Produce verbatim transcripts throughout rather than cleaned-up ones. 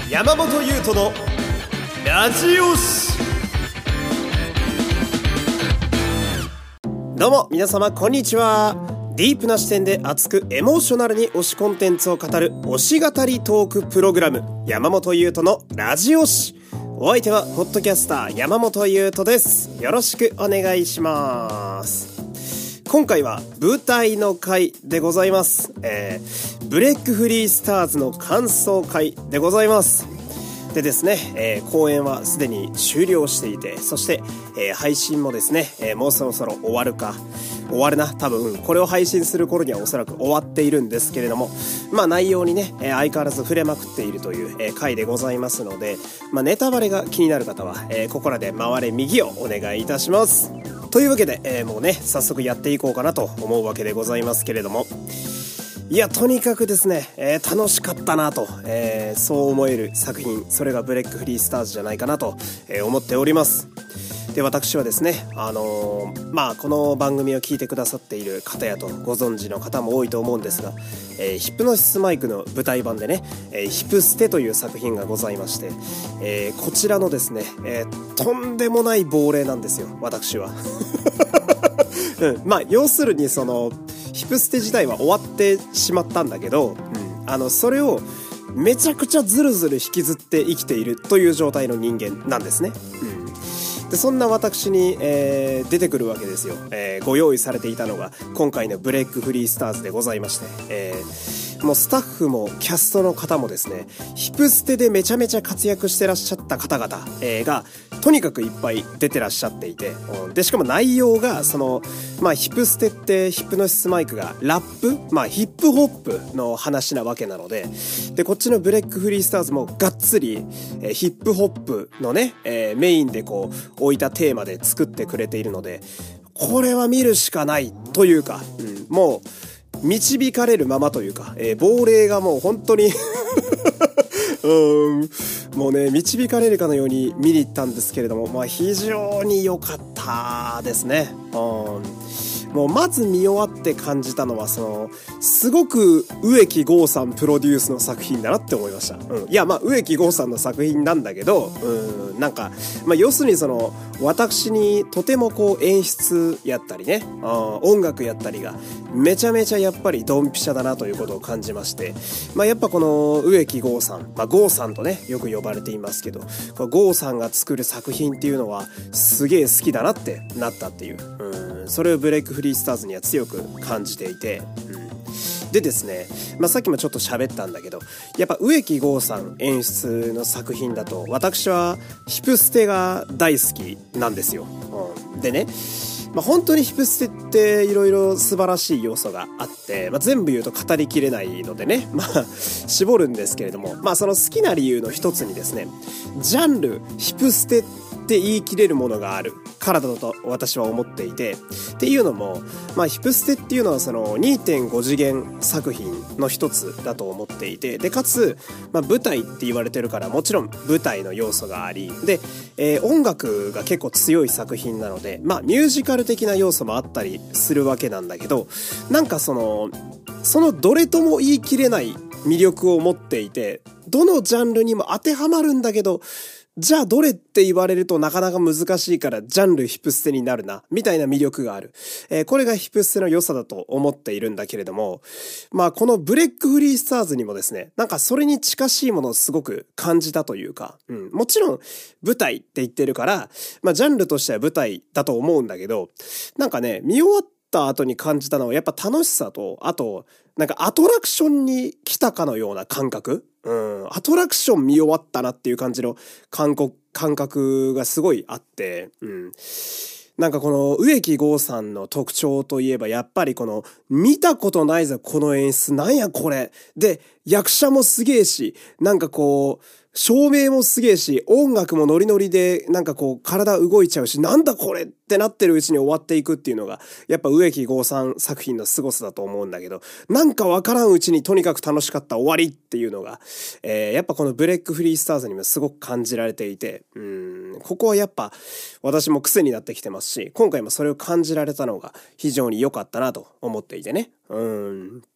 山本優斗のラジオシ。どうも皆様こんにちは。ディープな視点で熱くエモーショナルに推しコンテンツを語る推し語りトークプログラム、山本優斗のラジオシ。お相手はポッドキャスター山本優斗です。よろしくお願いします。今回は舞台の回でございます。えー、ブレックフリースターズの感想会でございます。でですね、えー、公演はすでに終了していて、そして、えー、配信もですね、えー、もうそろそろ終わるか終わるな多分これを配信する頃にはおそらく終わっているんですけれども、まあ内容にね、えー、相変わらず触れまくっているという、えー、回でございますので、まあ、ネタバレが気になる方は、えー、ここらで回れ右をお願いいたします。というわけで、えー、もうね早速やっていこうかなと思うわけでございますけれども、いやとにかくですね、えー、楽しかったなと、えー、そう思える作品、それがブレックフリースターズじゃないかなと、えー、思っております。で私はですね、あのー、まあこの番組を聞いてくださっている方やとご存知の方も多いと思うんですが、えー、ヒプノシスマイクの舞台版でね、えー、ヒプステという作品がございまして、えー、こちらのですね、えー、とんでもない亡霊なんですよ私は、うん、まあ要するにそのヒプステ自体は終わってしまったんだけど、うん、あのそれをめちゃくちゃずるずる引きずって生きているという状態の人間なんですね。うん、でそんな私に、えー、出てくるわけですよ。えー、ご用意されていたのが今回のブレイクフリースターズでございまして、えー、もうスタッフもキャストの方もですね、ヒプステでめちゃめちゃ活躍してらっしゃった方々、えー、がとにかくいっぱい出てらっしゃっていて、うん、でしかも内容がその、まあ、ヒプステってヒプノシスマイクがラップ、まあ、ヒップホップの話なわけなので、でこっちのブレックフリースターズもがっつり、えー、ヒップホップのね、えー、メインでこう置いたテーマで作ってくれているので、これは見るしかないというか、うん、もう導かれるままというか、えー、亡霊がもう本当にうーんもうね導かれるかのように見に行ったんですけれども、まあ非常に良かったですね。うんもうまず見終わって感じたのは、そのすごく植木剛さんプロデュースの作品だなって思いました。うん、いやまあ植木剛さんの作品なんだけど、うんなんか、まあ、要するにその私にとてもこう演出やったりね、あ音楽やったりがめちゃめちゃやっぱりドンピシャだなということを感じまして、まあやっぱこの植木剛さん、まあ剛さんとねよく呼ばれていますけど、この剛さんが作る作品っていうのはすげえ好きだなってなったっていう、うんそれをブレイクフリースターズには強く感じていて、うん、でですね、まあ、さっきもちょっと喋ったんだけど、やっぱ植木剛さん演出の作品だと私はヒプステが大好きなんですよ。うん、でね、まあ、本当にヒプステっていろいろ素晴らしい要素があって、まあ、全部言うと語りきれないのでね、まあ絞るんですけれども、まあその好きな理由の一つにですね、ジャンルヒプステって言い切れるものがあるからだと私は思っていて、っていうのも、まあ、ヒプステっていうのはその にてんご 次元作品の一つだと思っていて、でかつ、まあ、舞台って言われてるからもちろん舞台の要素がありで、えー、音楽が結構強い作品なので、まあ、ミュージカル的な要素もあったりするわけなんだけど、なんかそのそのどれとも言い切れない魅力を持っていて、どのジャンルにも当てはまるんだけど、じゃあどれって言われるとなかなか難しいからジャンルヒプステになるなみたいな魅力がある、えー、これがヒプステの良さだと思っているんだけれども、まあこのブレックフリースターズにもですね、なんかそれに近しいものをすごく感じたというか、うん、もちろん舞台って言ってるから、まあジャンルとしては舞台だと思うんだけど、なんかね見終わった後に感じたのはやっぱ楽しさと、あとなんかアトラクションに来たかのような感覚、うん、アトラクション見終わったなっていう感じの感覚、感覚がすごいあって、うん、なんかこの植木剛さんの特徴といえばやっぱりこの見たことないぞこの演出なんやこれで、役者もすげえし、なんかこう照明もすげえし、音楽もノリノリでなんかこう体動いちゃうし、なんだこれってなってるうちに終わっていくっていうのがやっぱ植木剛さん作品の凄さだと思うんだけど、なんかわからんうちにとにかく楽しかった終わりっていうのが、えー、やっぱこのブレックフリースターズにもすごく感じられていて、うーんここはやっぱ私も癖になってきてますし、今回もそれを感じられたのが非常に良かったなと思っていてね。うーん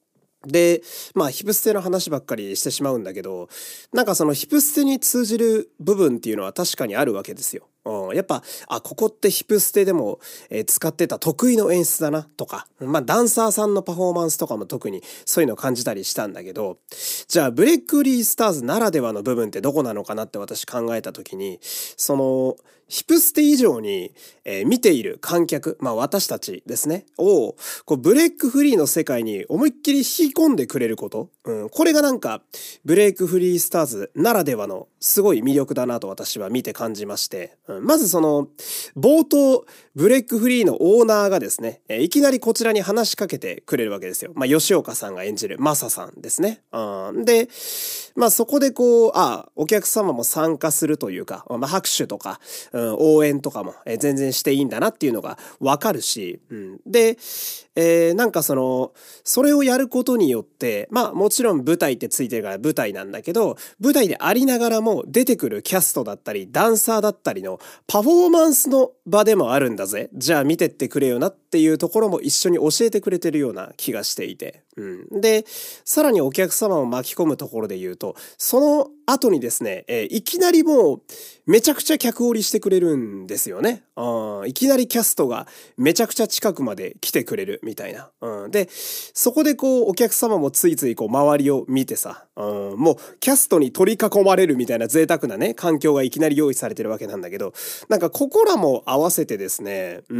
で、まあ、ヒプステの話ばっかりしてしまうんだけど、なんかそのヒプステに通じる部分っていうのは確かにあるわけですよ。うん、やっぱ、あ、ここってヒプステでも、えー使ってた得意の演出だなとか、まあ、ダンサーさんのパフォーマンスとかも特にそういうのを感じたりしたんだけど、じゃあ、ブレイクフリースターズならではの部分ってどこなのかなって私考えた時に、その、ヒプステ以上に、えー見ている観客、まあ私たちですね、を、こうブレイクフリーの世界に思いっきり引き込んでくれること、うん、これがなんか、ブレイクフリースターズならではのすごい魅力だなと私は見て感じまして、うん、まずその、冒頭、ブレイクフリーのオーナーがですね、えーいきなりこちらに話しかけてくれるわけですよ。まあ吉岡さんが演じるマサさんですね。うん、で、まあそこでこう、あ、お客様も参加するというか、まあ拍手とか、うん、応援とかも、えー全然していいんだなっていうのがわかるし、うん、で、えーなんかその、それをやることによって、まあもちろん舞台ってついてるから舞台なんだけど、舞台でありながらも出てくるキャストだったり、ダンサーだったりのパフォーマンスの場でもあるんだぜ。じゃあ見てってくれよなっていうところも一緒に教えてくれてるような気がしていて。うん、で、さらにお客様を巻き込むところで言うと、その後にですね、えーいきなりもうめちゃくちゃ客降りしてくれるんですよね。あーいきなりキャストがめちゃくちゃ近くまで来てくれるみたいな。うん、で、そこでこうお客様もついついこう周りを見てさ、うん、もうキャストに取り囲まれるみたいな贅沢なね、環境がいきなり用意されてるわけなんだけど、なんかここらも合わせてですね、うん、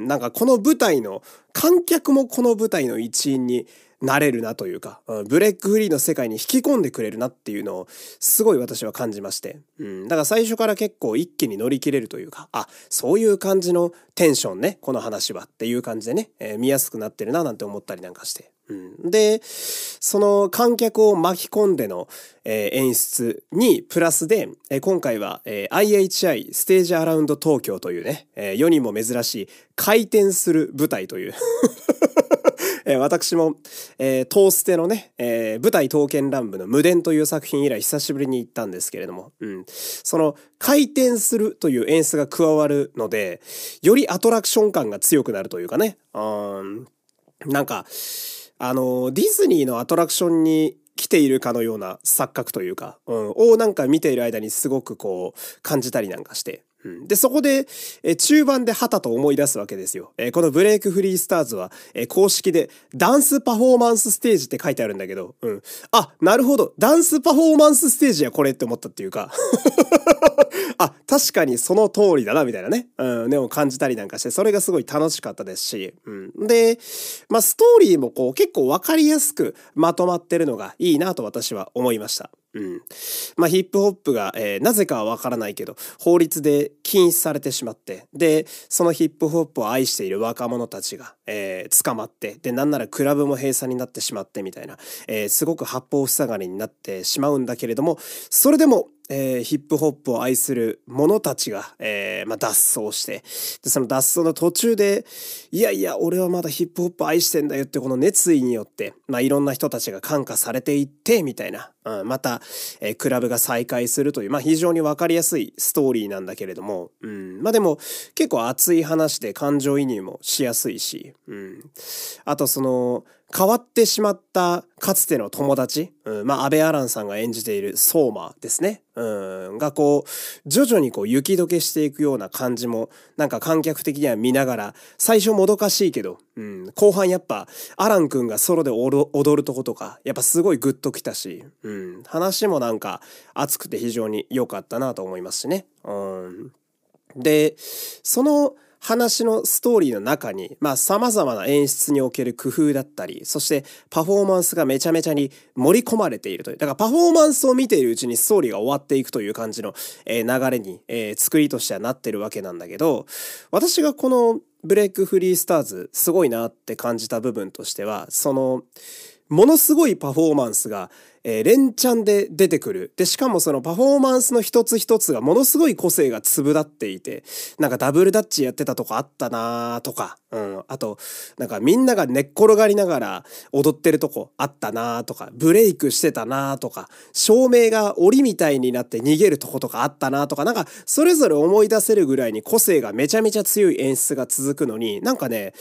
なんかこの舞台の、観客もこの舞台の一員になれるなというか、うんブレイクフリーの世界に引き込んでくれるなっていうのをすごい私は感じまして。うん、だから最初から結構一気に乗り切れるというか、あ、そういう感じのテンションね、この話はっていう感じでね、えー見やすくなってるななんて思ったりなんかして。うん、で、その観客を巻き込んでの、えー演出にプラスで、えー今回は、えー アイエイチアイ ステージアラウンド東京というね、えー世にも珍しい回転する舞台というえー私も、えー、トーステのね、えー舞台刀剣乱舞の無伝という作品以来久しぶりに行ったんですけれども、うん。その回転するという演出が加わるので、よりアトラクション感が強くなるというかね、うん、なんか、あの、ディズニーのアトラクションに来ているかのような錯覚というか、うん、をなんか見ている間にすごくこう感じたりなんかして、うん、で、そこで、えー中盤ではたと思い出すわけですよ。えーこのブレイクフリースターズは、えー公式でダンスパフォーマンスステージって書いてあるんだけど、うん。あ、なるほど。ダンスパフォーマンスステージやこれって思ったっていうか。あ、確かにその通りだな、みたいなね。うん、でも感じたりなんかして、それがすごい楽しかったですし、うん。で、まあ、ストーリーもこう、結構わかりやすくまとまってるのがいいなと私は思いました。うん。まあ、ヒップホップが、えーなぜかはわからないけど、法律で禁止されてしまって、で、そのヒップホップを愛している若者たちが、えー捕まって、で、なんならクラブも閉鎖になってしまってみたいな、えーすごく八方塞がりになってしまうんだけれども、それでも、えーヒップホップを愛する者たちが、えーまあ、脱走して、で、その脱走の途中で、いやいや、俺はまだヒップホップ愛してんだよってこの熱意によって、まあ、いろんな人たちが感化されていって、みたいな、うん、また、えークラブが再開するという、まあ、非常にわかりやすいストーリーなんだけれども、うん、まあでも、結構熱い話で感情移入もしやすいし、うん、あとその、変わってしまったかつての友達、うん、まあ安倍アランさんが演じている相馬ですね、うん、がこう徐々にこう雪解けしていくような感じもなんか観客的には見ながら、最初もどかしいけど、うん、後半やっぱアランくんがソロで踊るとことかやっぱすごいグッときたし、うん、話もなんか熱くて非常に良かったなと思いますしね、うん、でその話のストーリーの中に、まあ様々な演出における工夫だったり、そしてパフォーマンスがめちゃめちゃに盛り込まれているという。だからパフォーマンスを見ているうちにストーリーが終わっていくという感じの、えー流れに、えー作りとしてはなってるわけなんだけど、私がこのブレイクフリースターズすごいなって感じた部分としては、その、ものすごいパフォーマンスが、えー連チャンで出てくる。で、しかもそのパフォーマンスの一つ一つがものすごい個性が粒立っていて、なんかダブルダッチやってたとこあったなとか、うん。あと、なんかみんなが寝っ転がりながら踊ってるとこあったなとか、ブレイクしてたなとか、照明が檻みたいになって逃げるとことかあったなとか、なんかそれぞれ思い出せるぐらいに個性がめちゃめちゃ強い演出が続くのに、なんかね、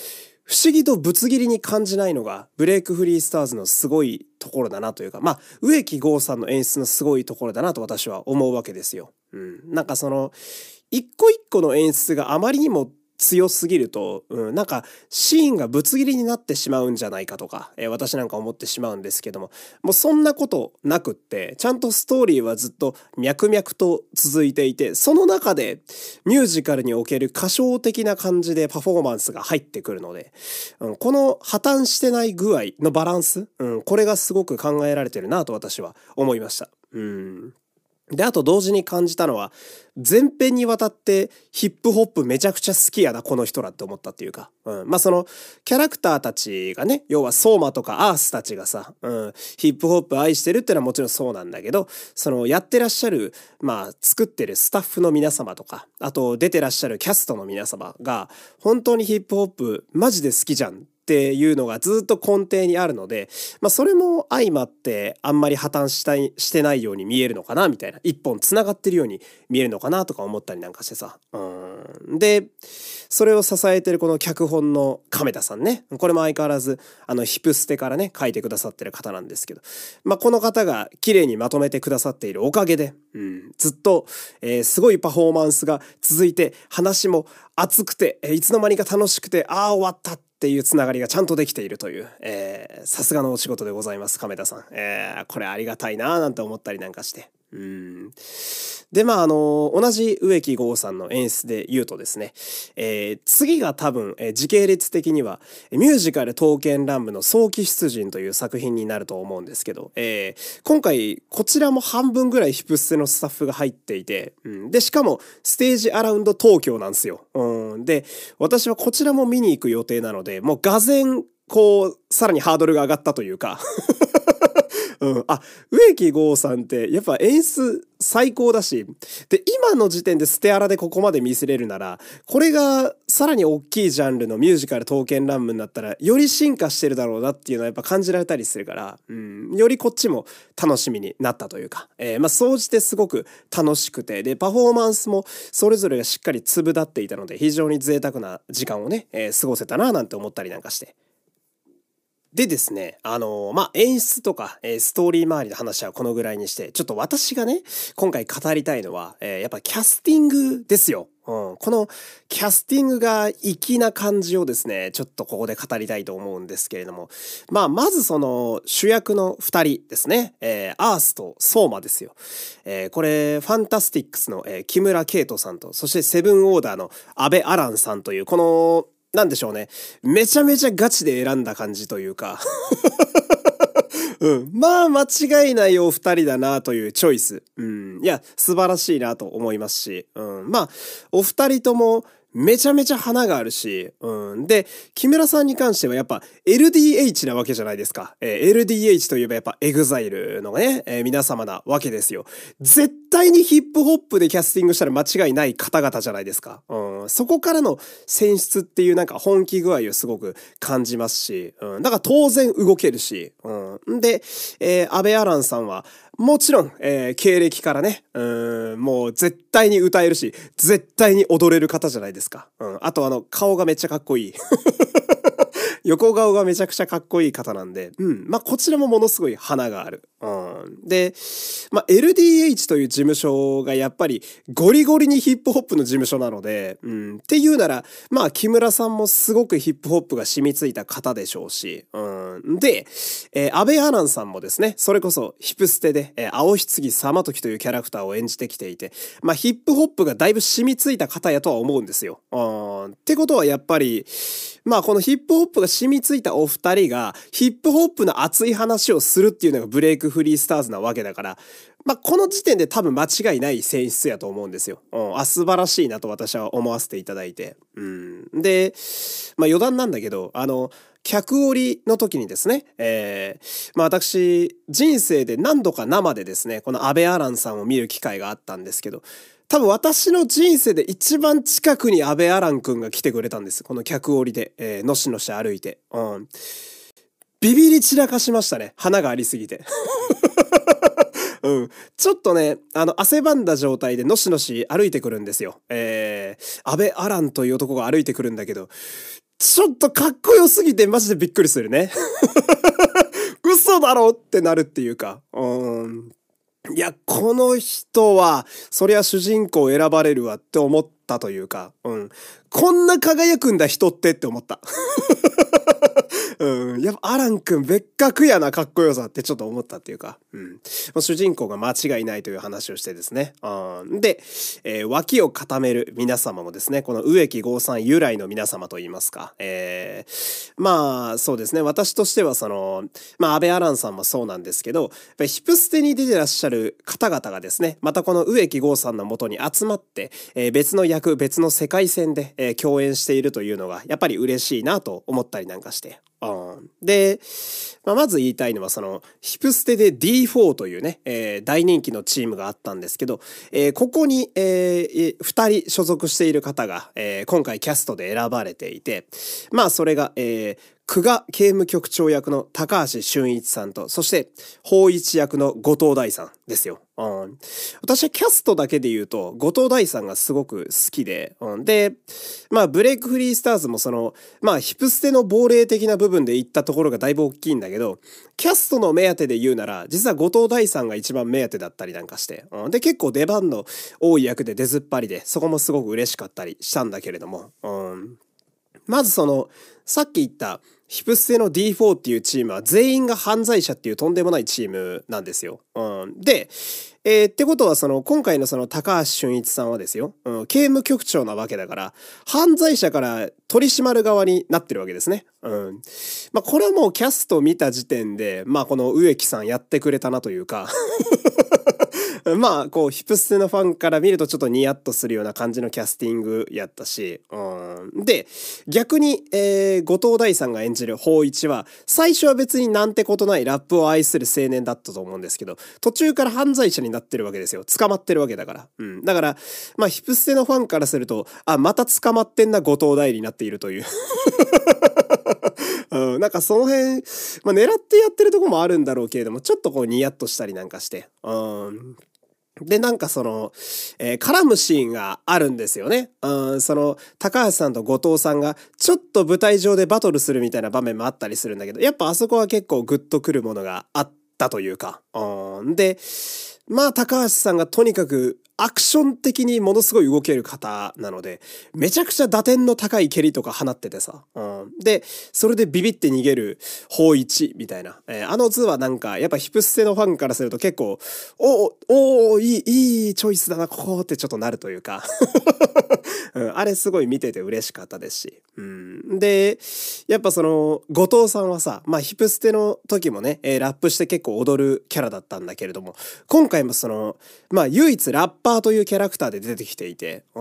不思議とぶつ切りに感じないのがブレイクフリースターズのすごいところだなというか、まあ植木剛さんの演出のすごいところだなと私は思うわけですよ。うん、なんかその一個一個の演出があまりにも強すぎると、うん、なんかシーンがぶつ切りになってしまうんじゃないかとか、えー、私なんか思ってしまうんですけども、もうそんなことなくって、ちゃんとストーリーはずっと脈々と続いていて、その中でミュージカルにおける歌唱的な感じでパフォーマンスが入ってくるので、うん、この破綻してない具合のバランス、うん、これがすごく考えられてるなと私は思いました。うんで、あと同時に感じたのは、前編にわたってヒップホップめちゃくちゃ好きやな、この人らって思ったっていうか。うん。まあ、その、キャラクターたちがね、要はソーマとかアースたちがさ、うん、ヒップホップ愛してるってのはもちろんそうなんだけど、その、やってらっしゃる、まあ、作ってるスタッフの皆様とか、あと出てらっしゃるキャストの皆様が、本当にヒップホップマジで好きじゃん。っていうのがずっと根底にあるので、まあそれも相まってあんまり破綻したい、してないように見えるのかなみたいな。一本繋がってるように見えるのかなとか思ったりなんかしてさ。うん。で、それを支えてるこの脚本の亀田さんね。これも相変わらず、あの、ヒプステからね、書いてくださってる方なんですけど。まあこの方が綺麗にまとめてくださっているおかげで、うん、ずっと、えー、すごいパフォーマンスが続いて、話も熱くて、いつの間にか楽しくて、ああ終わったっていうつながりがちゃんとできているという、えー、さすがのお仕事でございます、亀田さん。えー、これありがたいなーなんて思ったりなんかして。うん。で、まあ、あのー、同じ植木剛さんの演出で言うとですね、えー、次が多分、えー、時系列的には、ミュージカル刀剣乱舞の早期出陣という作品になると思うんですけど、えー、今回、こちらも半分ぐらいヒプステのスタッフが入っていて、うん、で、しかも、ステージアラウンド東京なんですよ。うん、で、私はこちらも見に行く予定なので、もう、がぜん、こう、さらにハードルが上がったというか、うん。あ、植木剛さんってやっぱ演出最高だし、で、今の時点でステアラでここまで見せれるなら、これがさらに大きいジャンルのミュージカル刀剣乱舞になったら、より進化してるだろうなっていうのはやっぱ感じられたりするから、うん、よりこっちも楽しみになったというか、えー、まあ、総じてすごく楽しくて、で、パフォーマンスもそれぞれがしっかり粒立っていたので、非常に贅沢な時間をね、えー、過ごせたななんて思ったりなんかして。でですね、あのー、まあ、演出とか、えー、ストーリー周りの話はこのぐらいにして、ちょっと私がね、今回語りたいのは、えー、やっぱキャスティングですよ。うん、このキャスティングが粋な感じをですね、ちょっとここで語りたいと思うんですけれども、まあ、まずその主役の二人ですね、えー、アースとソーマですよ。えー、これ、ファンタスティックスの、えー、木村圭人さんと、そしてセブンオーダーの安倍アランさんという、この、なんでしょうね。めちゃめちゃガチで選んだ感じというか。うん。まあ、間違いないお二人だなというチョイス。うん。いや、素晴らしいなと思いますし。うん。まあ、お二人とも、めちゃめちゃ花があるし、うん。で、木村さんに関してはやっぱ エルディーエイチ なわけじゃないですか。えー、エルディーエイチ といえばやっぱ エグザイル のね、えー、皆様なわけですよ。絶対にヒップホップでキャスティングしたら間違いない方々じゃないですか。うん。そこからの選出っていうなんか本気具合をすごく感じますし、うん。だから当然動けるし、うん。で、えー、安倍アランさんは、もちろん、えー、経歴からね、うーん、もう絶対に歌えるし、絶対に踊れる方じゃないですか。うん。あとあの、顔がめっちゃかっこいい。横顔がめちゃくちゃかっこいい方なんで、うん。まあ、こちらもものすごい花がある。うん。で、まあ、エルディーエイチ という事務所がやっぱりゴリゴリにヒップホップの事務所なので、うん。っていうなら、まあ、木村さんもすごくヒップホップが染みついた方でしょうし、うん。で、えー、安倍アナンさんもですね、それこそヒプステで、えー、青棺様時というキャラクターを演じてきていて、まあ、ヒップホップがだいぶ染みついた方やとは思うんですよ。うん。ってことはやっぱり、まあこのヒップホップが染みついたお二人がヒップホップの熱い話をするっていうのがブレイクフリースターズなわけだから、まあこの時点で多分間違いない選出やと思うんですよ。うん、あ、素晴らしいなと私は思わせていただいて。うん。で、まあ余談なんだけど、あの、客折りの時にですね、えー、まあ私、人生で何度か生でですね、この安倍アランさんを見る機会があったんですけど、多分私の人生で一番近くに安倍アランくんが来てくれたんです。この客折りで、えー、のしのし歩いて。うん。ビビり散らかしましたね。花がありすぎて。うん。ちょっとね、あの、汗ばんだ状態でのしのし歩いてくるんですよ。えー、安倍アランという男が歩いてくるんだけど、 ちょっとかっこよすぎてマジでびっくりするね。嘘だろってなるっていうか。うーん。いや、この人は、そりゃ主人公選ばれるわって思ったというか、うん。こんな輝くんだ人ってって思った。うん。やっぱアラン君別格やな、かっこよさってちょっと思ったっていうか、うん。主人公が間違いないという話をしてですね。うん、で、えー、脇を固める皆様もですね、この植木剛さん由来の皆様といいますか、えー、まあ、そうですね。私としてはその、まあ、安倍アランさんもそうなんですけど、やっぱりヒプステに出てらっしゃる方々がですね、またこの植木剛さんの元に集まって、えー、別の役、別の世界線で、えー、共演しているというのが、やっぱり嬉しいなと思ったりなんかして。うん、で、まあ、まず言いたいのはそのヒプステで ディーフォー というね、えー、大人気のチームがあったんですけど、えー、ここに、えー、ふたり所属している方が、えー、今回キャストで選ばれていて、まあそれが、えー、久我刑務局長役の高橋俊一さんと、そして法一役の後藤大さんですよ。うん、私はキャストだけで言うと後藤大さんがすごく好きで、うん、で、まあブレイクフリースターズもその、まあヒプステの亡霊的な部分で言ったところがだいぶ大きいんだけど、キャストの目当てで言うなら、実は後藤大さんが一番目当てだったりなんかして、うん、で結構出番の多い役で出ずっぱりで、そこもすごく嬉しかったりしたんだけれども、うん、まずその、さっき言ったヒプステの ディーフォー っていうチームは全員が犯罪者っていうとんでもないチームなんですよ。うん、で、えー、ってことはその今回のその高橋俊一さんはですよ、うん、刑務局長なわけだから犯罪者から取り締まる側になってるわけですね。うん。まあこれはもうキャスト見た時点で、まあこの植木さんやってくれたなというかまあこうヒプステのファンから見るとちょっとニヤッとするような感じのキャスティングやったし、うん、で逆に、えー、後藤大さんが演じる法一は最初は別になんてことないラップを愛する青年だったと思うんですけど、途中から犯罪者になってるわけですよ。捕まってるわけだから、うん、だからまあヒプステのファンからすると、あ、また捕まってんな後藤大になっているといううん、なんかその辺、まあ、狙ってやってるとこもあるんだろうけれども、ちょっとこうニヤッとしたりなんかして、うん、で、なんかその、えー、絡むシーンがあるんですよね。うん、その、高橋さんと後藤さんが、ちょっと舞台上でバトルするみたいな場面もあったりするんだけど、やっぱあそこは結構グッとくるものがあったというか。うん、で、まあ、高橋さんがとにかく、アクション的にものすごい動ける方なので、めちゃくちゃ打点の高い蹴りとか放っててさ。うん、で、それでビビって逃げる法一みたいな。えー、あの図はなんか、やっぱヒプステのファンからすると結構、おおおいい、いいチョイスだな、ここってちょっとなるというか。うん、あれすごい見てて嬉しかったですし。うん、で、やっぱその、後藤さんはさ、まあヒプステの時もね、えー、ラップして結構踊るキャラだったんだけれども、今回もその、まあ唯一ラッパーというキャラクターで出てきていて、うん、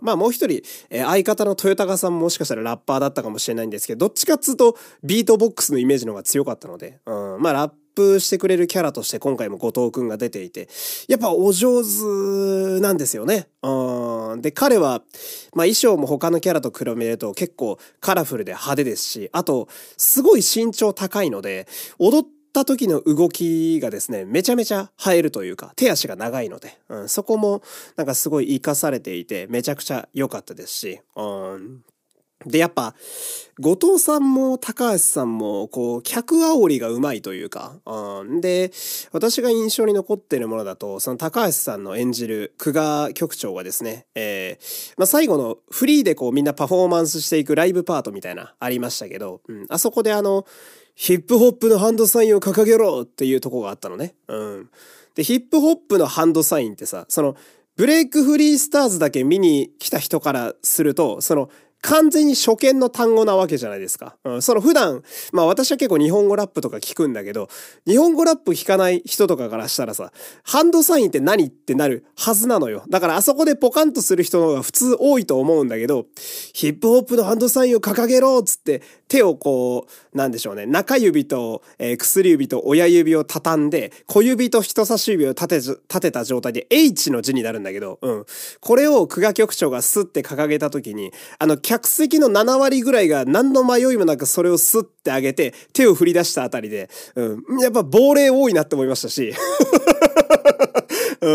まあもう一人、えー、相方の豊高さんももしかしたらラッパーだったかもしれないんですけど、どっちかっつうとビートボックスのイメージの方が強かったので、うん、まあラップしてくれるキャラとして今回も後藤くんが出ていて、やっぱお上手なんですよね。うん、で、彼は、まあ衣装も他のキャラと比べると結構カラフルで派手ですし、あと、すごい身長高いので、踊ってた時の動きがですね、めちゃめちゃ映えるというか、手足が長いので、うん、そこもなんかすごい活かされていて、めちゃくちゃ良かったですし、うん、で、やっぱ、後藤さんも高橋さんも、こう、客煽りがうまいというか、うん、で、私が印象に残っているものだと、その高橋さんの演じる久我局長がですね、えー、まあ、最後のフリーでこうみんなパフォーマンスしていくライブパートみたいなありましたけど、うん、あそこであの、ヒップホップのハンドサインを掲げろっていうとこがあったのね。うん。で、ヒップホップのハンドサインってさ、その、ブレイクフリースターズだけ見に来た人からすると、その、完全に初見の単語なわけじゃないですか。うん、その普段、まあ私は結構日本語ラップとか聞くんだけど、日本語ラップ聞かない人とかからしたらさ、ハンドサインって何ってなるはずなのよ。だからあそこでポカンとする人の方が普通多いと思うんだけど、ヒップホップのハンドサインを掲げろっつって手をこう、なんでしょうね、中指と、えー、薬指と親指を畳んで、小指と人差し指を立て、立てた状態で H の字になるんだけど、うん。これを久我局長がスッて掲げた時に、あの、客席のなな割ぐらいが何の迷いもなくそれをスッて上げて手を振り出したあたりで、うん、やっぱ亡霊多いなって思いましたし、う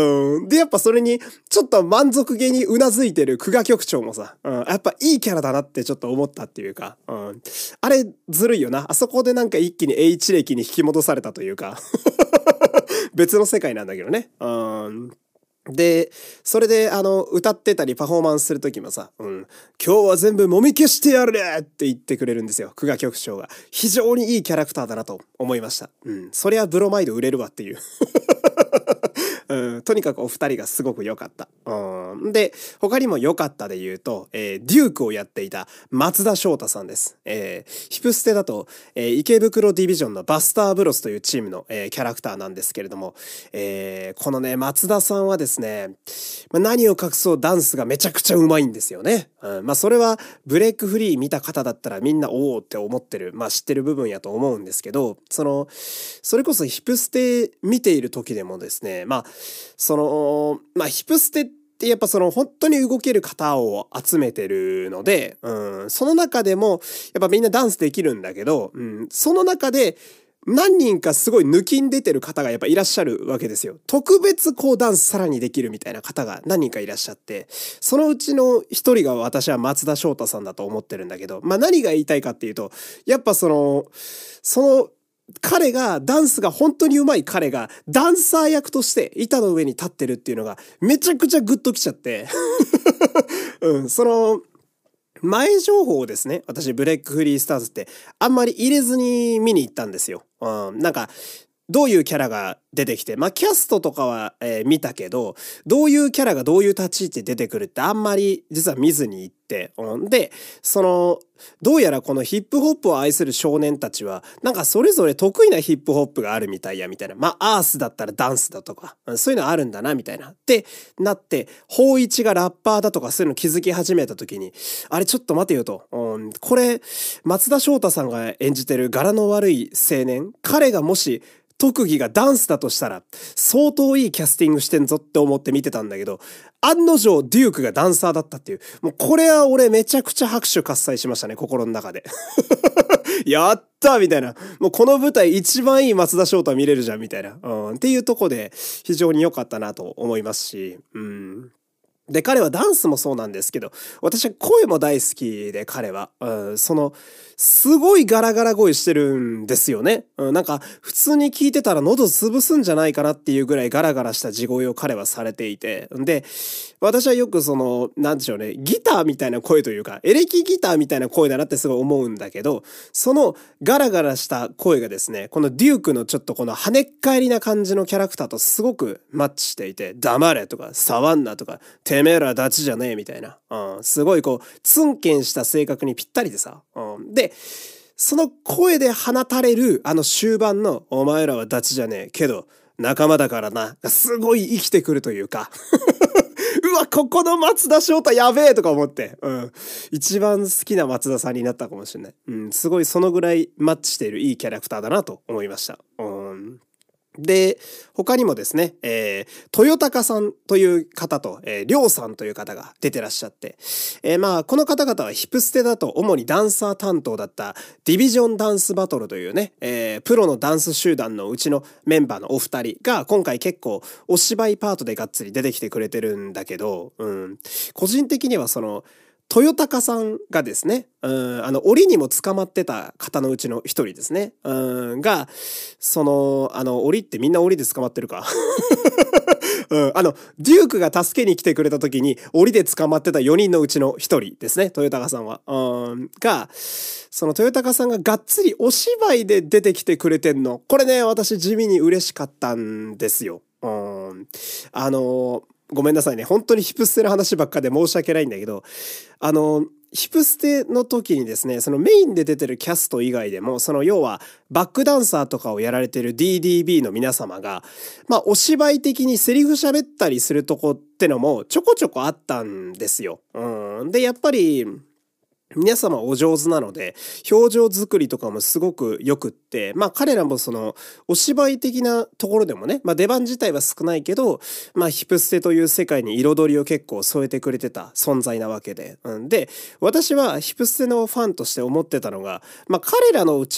ん。で、やっぱそれに、ちょっと満足げにうなずいてる久我局長もさ、うん、やっぱいいキャラだなってちょっと思ったっていうか、うん。あれ、ずるいよな。あそこでなんか一気に H 歴に引き戻されたというか、別の世界なんだけどね。うん。で、それで、あの、歌ってたりパフォーマンスするときもさ、うん、今日は全部もみ消してやるねって言ってくれるんですよ。久我局長が。非常にいいキャラクターだなと思いました。うん、そりゃブロマイド売れるわっていう。うん、とにかくお二人がすごく良かった。うん、で、他にも良かったで言うと、えー、デュークをやっていた松田翔太さんです。えー、ヒプステだと、えー、池袋ディビジョンのバスターブロスというチームの、えー、キャラクターなんですけれども、えー、このね、松田さんはですね、まあ、何を隠そうダンスがめちゃくちゃうまいんですよね。うん、まあそれはブレイクフリー見た方だったらみんなおーって思ってる、まあ知ってる部分やと思うんですけど、その、それこそヒプステ見ている時でもですね、まあ、その、まあヒプステってやっぱその本当に動ける方を集めてるので、うん、その中でもやっぱみんなダンスできるんだけど、うん、その中で何人かすごい抜きん出てる方がやっぱいらっしゃるわけですよ。特別こうダンスさらにできるみたいな方が何人かいらっしゃって、そのうちの一人が私は松田翔太さんだと思ってるんだけど、まあ何が言いたいかっていうと、やっぱその、その、彼が、ダンスが本当に上手い彼が、ダンサー役として板の上に立ってるっていうのが、めちゃくちゃグッときちゃって、うん、その、前情報をですね、私ブレイクフリースターズってあんまり入れずに見に行ったんですよ。うん、なんか、どういうキャラが出てきて、まあキャストとかは、えー見たけど、どういうキャラがどういう立ち位置で出てくるってあんまり実は見ずに行って、うん、で、その、どうやらこのヒップホップを愛する少年たちは、なんかそれぞれ得意なヒップホップがあるみたいや、みたいな。まあアースだったらダンスだとか、うんそういうのあるんだな、みたいな。ってなって、法一がラッパーだとかそういうの気づき始めた時に、あれちょっと待てよと。うん、これ、松田翔太さんが演じてる柄の悪い青年、彼がもし、特技がダンスだとしたら、相当いいキャスティングしてんぞって思って見てたんだけど、案の定デュークがダンサーだったっていう、もうこれは俺めちゃくちゃ拍手喝采しましたね、心の中で。やったーみたいな。もうこの舞台一番いい松田翔太見れるじゃんみたいな。うん。っていうとこで非常に良かったなと思いますし、うん。で、彼はダンスもそうなんですけど、私は声も大好きで、彼は。うん、その、すごいガラガラ声してるんですよね。うん、なんか、普通に聞いてたら喉潰すんじゃないかなっていうぐらいガラガラした地声を彼はされていて。で、私はよくその、なんでしょうね、ギターみたいな声というか、エレキギターみたいな声だなってすごい思うんだけど、そのガラガラした声がですね、このデュークのちょっとこの跳ねっ返りな感じのキャラクターとすごくマッチしていて、黙れとか、触んなとか、てめえらダチじゃねえみたいな。うん、すごいこう、ツンケンした性格にぴったりでさ。うん、で、その声で放たれるあの終盤のお前らはダチじゃねえけど仲間だからな。すごい生きてくるというか。うわ、ここの松田翔太やべえとか思って。うん。一番好きな松田さんになったかもしれない。うん。すごいそのぐらいマッチしているいいキャラクターだなと思いました。うん。で、他にもですね、えー、豊高さんという方と、えー、りょうさんという方が出てらっしゃって、えー、まあ、この方々はヒプステだと主にダンサー担当だったディビジョンダンスバトルというね、えー、プロのダンス集団のうちのメンバーのお二人が今回結構お芝居パートでがっつり出てきてくれてるんだけど、うん、個人的にはその、豊高さんがですね、うん、あの、檻にも捕まってた方のうちの一人ですね、うん、が、その、あの、檻ってみんな檻で捕まってるか。うん、あの、デュークが助けに来てくれた時に、檻で捕まってたよにんのうちの一人ですね、豊高さんは。うん、が、その豊高さんががっつりお芝居で出てきてくれてんの。これね、私地味に嬉しかったんですよ。うん、あの、ごめんなさいね。本当にヒプステの話ばっかで申し訳ないんだけど、あの、ヒプステの時にですね、そのメインで出てるキャスト以外でも、その要はバックダンサーとかをやられてる ディーディービー の皆様が、まあお芝居的にセリフ喋ったりするとこってのもちょこちょこあったんですよ。うん。で、やっぱり、皆様お上手なので、表情作りとかもすごく良くって、まあ彼らもその、お芝居的なところでもね、まあ出番自体は少ないけど、まあヒプステという世界に彩りを結構添えてくれてた存在なわけで。うん、で、私はヒプステのファンとして思ってたのが、まあ彼らのうちの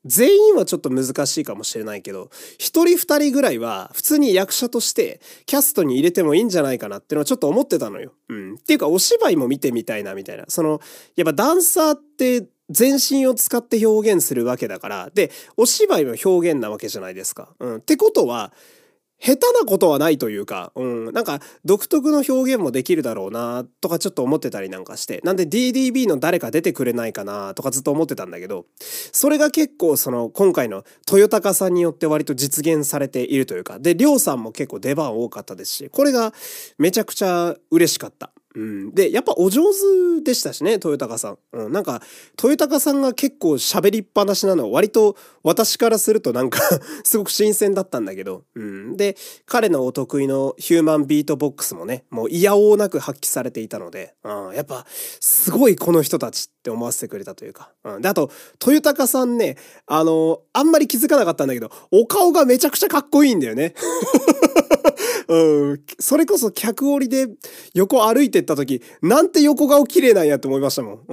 全員はちょっと難しいかもしれないけど、一人二人ぐらいは普通に役者としてキャストに入れてもいいんじゃないかなっていうのはちょっと思ってたのよ。うん。っていうかお芝居も見てみたいなみたいな。その、やっぱダンサーって全身を使って表現するわけだから、で、お芝居も表現なわけじゃないですか。うん。ってことは、下手なことはないというか、うん、なんか独特の表現もできるだろうなとかちょっと思ってたりなんかして、なんで ディーディービー の誰か出てくれないかなとかずっと思ってたんだけど、それが結構その今回の豊高さんによって割と実現されているというか、で、りょうさんも結構出番多かったですし、これがめちゃくちゃ嬉しかった。うん、で、やっぱお上手でしたしね、豊高さん。うん、なんか、豊高さんが結構喋りっぱなしなのは割と私からするとなんかすごく新鮮だったんだけど、うん、で、彼のお得意のヒューマンビートボックスもね、もう嫌おうなく発揮されていたので、うん、やっぱ、すごいこの人たちって思わせてくれたというか。うん、で、あと、豊高さんね、あの、あんまり気づかなかったんだけど、お顔がめちゃくちゃかっこいいんだよね。うん、それこそ客降りで横歩いてった時、なんて横顔綺麗なんやって思いましたもん。うん、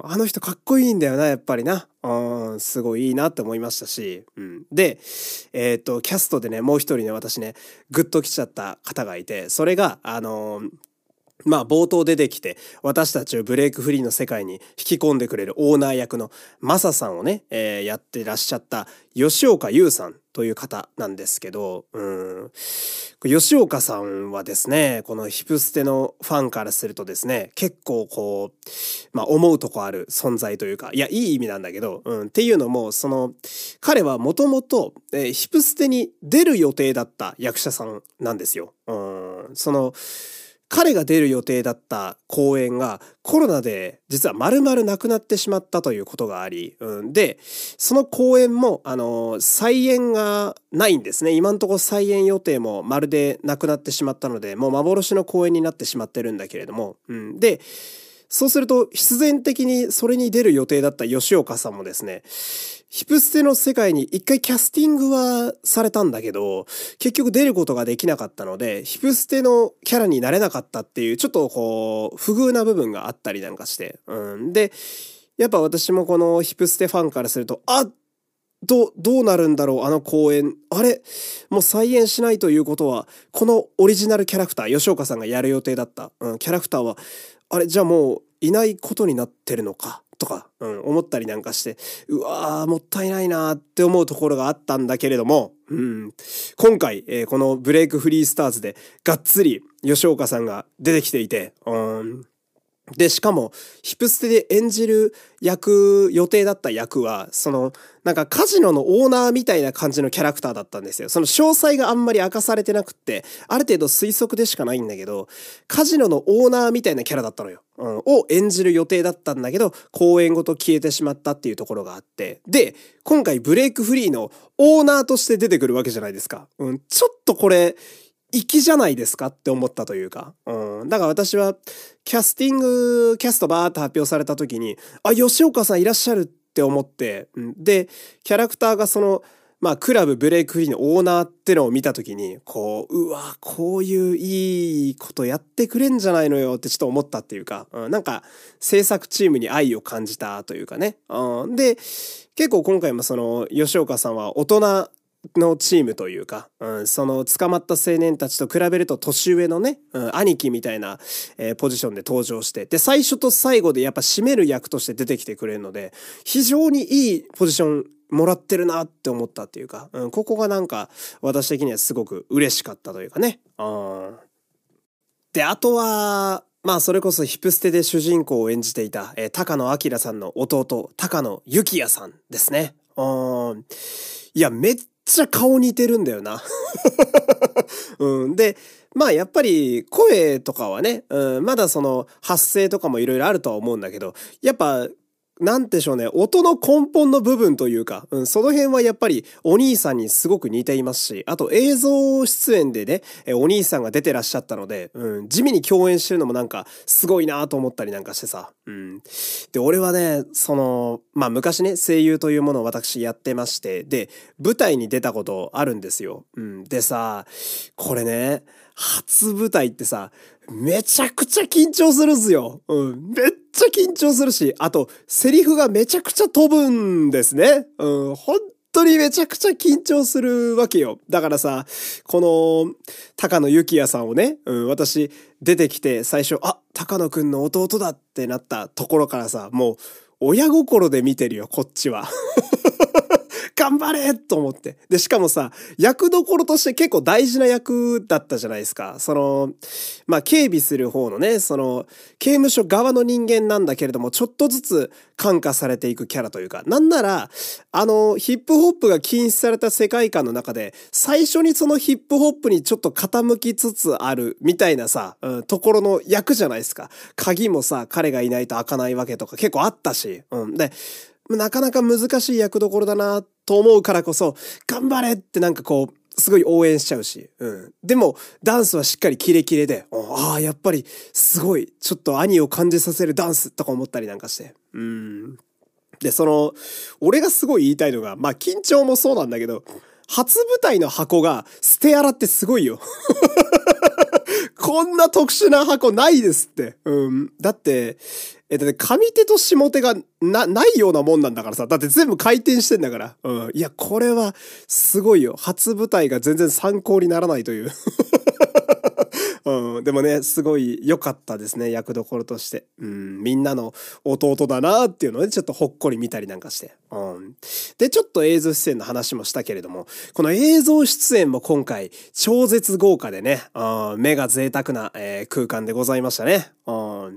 あの人かっこいいんだよな、やっぱりな。うん、すごいいいなって思いましたし。うん、で、えっと、キャストでね、もう一人ね、私ね、グッと来ちゃった方がいて、それが、あのー、まあ冒頭出てきて私たちをブレイクフリーの世界に引き込んでくれるオーナー役のマサさんをね、えー、やってらっしゃった吉岡優さんという方なんですけど、うん、吉岡さんはですね、このヒプステのファンからするとですね、結構こう、まあ思うとこある存在というか、いや、いい意味なんだけど、うん、っていうのも、その、彼はもともとヒプステに出る予定だった役者さんなんですよ。うん、その、彼が出る予定だった公演がコロナで実は丸々なくなってしまったということがあり、うん、で、その公演も、あの、再演がないんですね。今のところ再演予定もまるでなくなってしまったので、もう幻の公演になってしまってるんだけれども、うん、で、そうすると必然的にそれに出る予定だった吉岡さんもですね、ヒプステの世界に一回キャスティングはされたんだけど、結局出ることができなかったので、ヒプステのキャラになれなかったっていう、ちょっとこう、不遇な部分があったりなんかして。うん。で、やっぱ私もこのヒプステファンからすると、あ、ど、どうなるんだろうあの公演。あれもう再演しないということは、このオリジナルキャラクター、吉岡さんがやる予定だった、うん、キャラクターは、あれ、じゃあもういないことになってるのか。とか、うん、思ったりなんかして、うわー、もったいないなーって思うところがあったんだけれども、うん、今回、えー、このブレイクフリースターズでがっつり吉岡さんが出てきていて、うん、で、しかも、ヒプステで演じる役、予定だった役は、その、なんかカジノのオーナーみたいな感じのキャラクターだったんですよ。その詳細があんまり明かされてなくって、ある程度推測でしかないんだけど、カジノのオーナーみたいなキャラだったのよ。うん、を演じる予定だったんだけど、公演ごと消えてしまったっていうところがあって、で、今回ブレイクフリーのオーナーとして出てくるわけじゃないですか。うん、ちょっとこれ、粋じゃないですかって思ったというか。うん。だから私は、キャスティング、キャストバーって発表された時に、あ、吉岡さんいらっしゃるって思って、うん、で、キャラクターがその、まあ、クラブブレイクフリーのオーナーってのを見た時に、こう、うわ、こういういいことやってくれんじゃないのよってちょっと思ったっていうか、うん、なんか、制作チームに愛を感じたというかね。うん、で、結構今回もその、吉岡さんは大人、のチームというか、うん、その捕まった青年たちと比べると年上のね、うん、兄貴みたいな、えー、ポジションで登場して、で、最初と最後でやっぱ締める役として出てきてくれるので、非常にいいポジションもらってるなって思ったっていうか、うん、ここがなんか私的にはすごく嬉しかったというかね。うん、で、あとは、まあそれこそヒプステで主人公を演じていた、えー、高野明さんの弟、高野幸也さんですね。うん、いや、めっちゃ顔似てるんだよな。うん、で、まあやっぱり声とかはね、うん、まだその発声とかもいろいろあるとは思うんだけど、やっぱ、なんでしょうね、音の根本の部分というか、うん、その辺はやっぱりお兄さんにすごく似ていますし、あと映像出演でね、えお兄さんが出てらっしゃったので、うん、地味に共演してるのもなんかすごいなと思ったりなんかしてさ、うん。で、俺はね、その、まあ昔ね、声優というものを私やってまして、で、舞台に出たことあるんですよ。うん。でさ、これね、初舞台ってさ、めちゃくちゃ緊張するんすよ。うん。めっちゃ緊張するし、あと、セリフがめちゃくちゃ飛ぶんですね。うん、本当にめちゃくちゃ緊張するわけよ。だからさ、この、高野幸也さんをね、うん、私、出てきて最初、あ、高野くんの弟だってなったところからさ、もう、親心で見てるよ、こっちは。頑張れと思って。で、しかもさ、役どころとして結構大事な役だったじゃないですか。その、まあ、警備する方のね、その、刑務所側の人間なんだけれども、ちょっとずつ感化されていくキャラというか、なんなら、あの、ヒップホップが禁止された世界観の中で、最初にそのヒップホップにちょっと傾きつつある、みたいなさ、うん、ところの役じゃないですか。鍵もさ、彼がいないと開かないわけとか結構あったし、うん。で、なかなか難しい役どころだなと思うからこそ、頑張れってなんかこう、すごい応援しちゃうし。うん。でも、ダンスはしっかりキレキレで、ああ、やっぱり、すごい、ちょっと兄を感じさせるダンスとか思ったりなんかして。うん。で、その、俺がすごい言いたいのが、まあ、緊張もそうなんだけど、初舞台の箱が、ステアラってすごいよ。こんな特殊な箱ないですって。うん。だって、えっとね、上手と下手がな、ないようなもんなんだからさ。だって全部回転してんだから。うん。いや、これは、すごいよ。初舞台が全然参考にならないという。うん。でもね、すごい良かったですね。役どころとして。うん。みんなの弟だなっていうので、ちょっとほっこり見たりなんかして。うん。で、ちょっと映像出演の話もしたけれども、この映像出演も今回、超絶豪華でね、うん、目が贅沢な、えー、空間でございましたね。うん。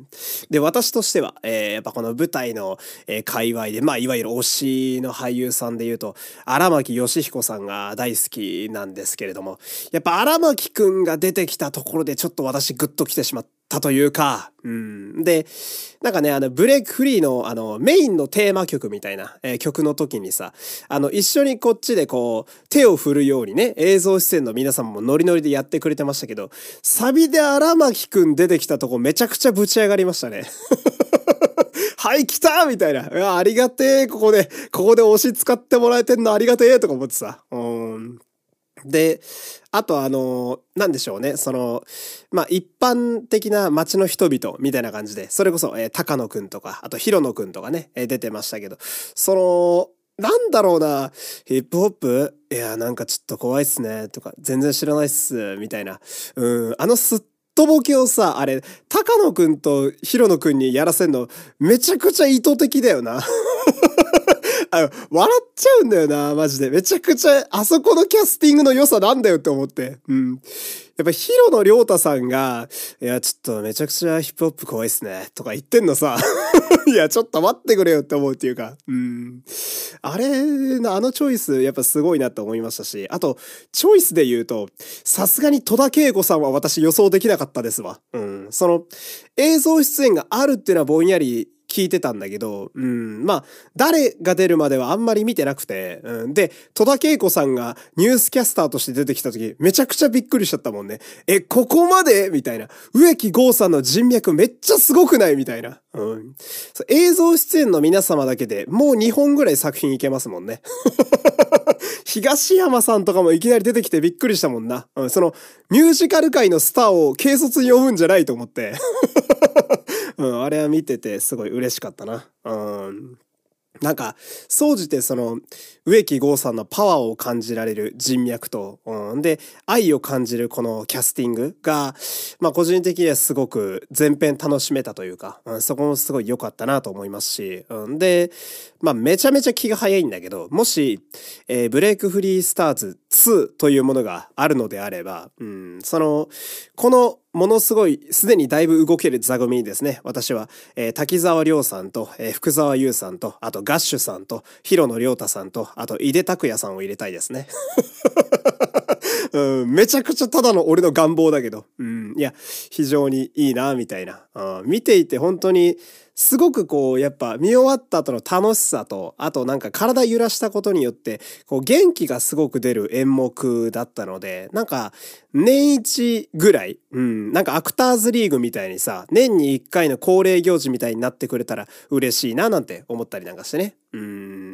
で、私としては、えー、やっぱこの舞台の、えー、界隈で、まあ、いわゆる推しの俳優さんで言うと、荒牧義彦さんが大好きなんですけれども、やっぱ荒牧くんが出てきたところでちょっと私グッと来てしまったというか、うん。で、なんかね、あの、ブレイクフリーの、あの、メインのテーマ曲みたいな、えー、曲の時にさ、あの、一緒にこっちでこう、手を振るようにね、映像出演の皆さんもノリノリでやってくれてましたけど、サビで荒牧くん出てきたとこめちゃくちゃぶち上がりましたね。はい、来たみたいな。いや、ありがてえ、ここで、ここで推し使ってもらえてんのありがてえとか思ってさ。うん。で、あとあの、なんでしょうね、その、まあ、一般的な街の人々みたいな感じで、それこそ、えー、高野くんとか、あと広野くんとかね、えー、出てましたけど、その、なんだろうな、ヒップホップいや、なんかちょっと怖いっすね、とか、全然知らないっす、みたいな。うん、あのすっとぼけをさ、あれ、高野くんと広野くんにやらせんの、めちゃくちゃ意図的だよな。あの、笑っちゃうんだよな、マジで。めちゃくちゃ、あそこのキャスティングの良さなんだよって思って。うん。やっぱ、広野亮太さんが、いや、ちょっとめちゃくちゃヒップホップ怖いっすね、とか言ってんのさ。いや、ちょっと待ってくれよって思うっていうか。うん。あれ、あのチョイス、やっぱすごいなと思いましたし、あと、チョイスで言うと、さすがに戸田恵子さんは私予想できなかったですわ。うん。その、映像出演があるっていうのはぼんやり、聞いてたんだけど、うん、まあ、誰が出るまではあんまり見てなくて、うん、で、戸田恵子さんがニュースキャスターとして出てきた時、めちゃくちゃびっくりしちゃったもんね。え、ここまでみたいな。植木剛さんの人脈めっちゃすごくないみたいな。うん。映像出演の皆様だけでもうにほんぐらい作品いけますもんね。東山さんとかもいきなり出てきてびっくりしたもんな。うん、その、ミュージカル界のスターを軽率に呼ぶんじゃないと思って。うん、あれは見ててすごい嬉しかったな。うん。なんか、総じてその、植木剛さんのパワーを感じられる人脈と、うん、で、愛を感じるこのキャスティングが、まあ個人的にはすごく全編楽しめたというか、うん、そこもすごい良かったなと思いますし、うん、で、まあめちゃめちゃ気が早いんだけど、もし、えー、ブレイクフリースターズツーというものがあるのであれば、うん、その、この、ものすごい、すでにだいぶ動ける座組にですね、私は、えー、滝沢亮さんと、えー、福沢優さんと、あとガッシュさんと、広野亮太さんと、あと井出拓也さんを入れたいですね。うん、めちゃくちゃただの俺の願望だけど、うん、いや、非常にいいな、みたいな。うん、見ていて本当に、すごくこう、やっぱ見終わった後の楽しさと、あとなんか体揺らしたことによって、こう元気がすごく出る演目だったので、なんか年一ぐらい、うん、なんかアクターズリーグみたいにさ、年に一回の恒例行事みたいになってくれたら嬉しいななんて思ったりなんかしてね。うん、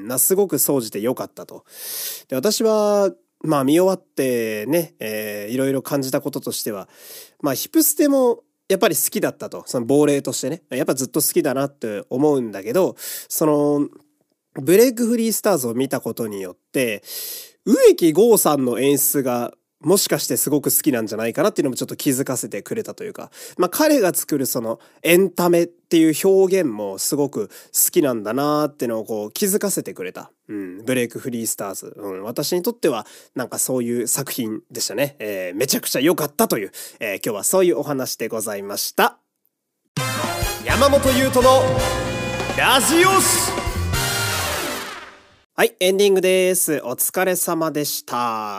な、すごく総じて良かったと。で、私は、まあ見終わってね、えー、いろいろ感じたこととしては、まあヒプステもやっぱり好きだったと。その亡霊としてね。やっぱずっと好きだなって思うんだけど、その、ブレイクフリースターズを見たことによって、植木剛さんの演出がもしかしてすごく好きなんじゃないかなっていうのもちょっと気づかせてくれたというか、まあ彼が作るそのエンタメっていう表現もすごく好きなんだなーってのをこう気づかせてくれた。うん、ブレイクフリースターズ。うん、私にとってはなんかそういう作品でしたね。えー、めちゃくちゃ良かったという、えー、今日はそういうお話でございました。山本優斗のラジオシ。はい、エンディングです。お疲れ様でした。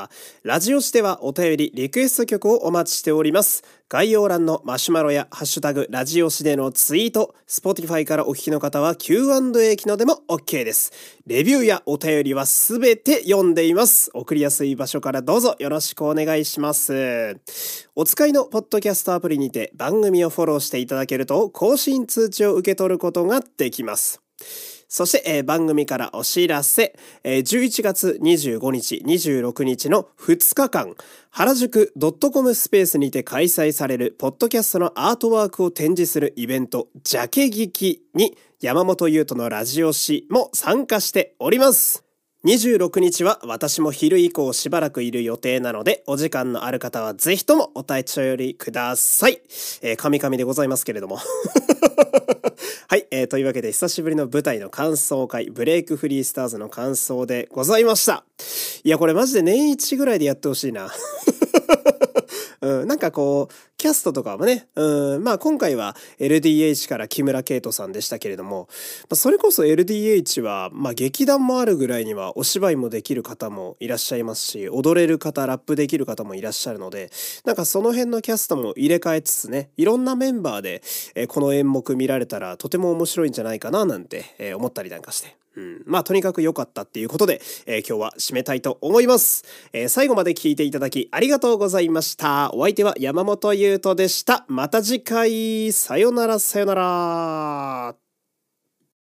ラジオシではお便り、リクエスト曲をお待ちしております。概要欄のマシュマロやハッシュタグラジオシでのツイート、Spotify からお聞きの方は キューアンドエー 機能でも OK です。レビューやお便りはすべて読んでいます。送りやすい場所からどうぞよろしくお願いします。お使いのポッドキャストアプリにて番組をフォローしていただけると更新通知を受け取ることができます。そして、えー、番組からお知らせ、えー、じゅういちがつにじゅうごにち、にじゅうろくにちのふつかかん、原宿 .com スペースにて開催されるポッドキャストのアートワークを展示するイベント、ジャケ聞きに山本優斗のラジオシも参加しております。にじゅうろくにちは私も昼以降しばらくいる予定なので、お時間のある方はぜひともお立ち寄りください。えー、神々でございますけれども。はい、えー、というわけで久しぶりの舞台の感想会、ブレイクフリースターズの感想でございました。いや、これマジで年一ぐらいでやってほしいな。うん、なんかこう、キャストとかもね、うん、まあ今回は エルディーエイチ から木村圭人さんでしたけれども、まあ、それこそ エルディーエイチ は、まあ劇団もあるぐらいにはお芝居もできる方もいらっしゃいますし、踊れる方、ラップできる方もいらっしゃるので、なんかその辺のキャストも入れ替えつつね、いろんなメンバーで、えー、この演目見られたらとても面白いんじゃないかななんて、えー、思ったりなんかして。うん、まあとにかく良かったっていうことで、えー、今日は締めたいと思います、えー、最後まで聞いていただきありがとうございました。お相手は山本優斗でした。また次回、さよならさよなら。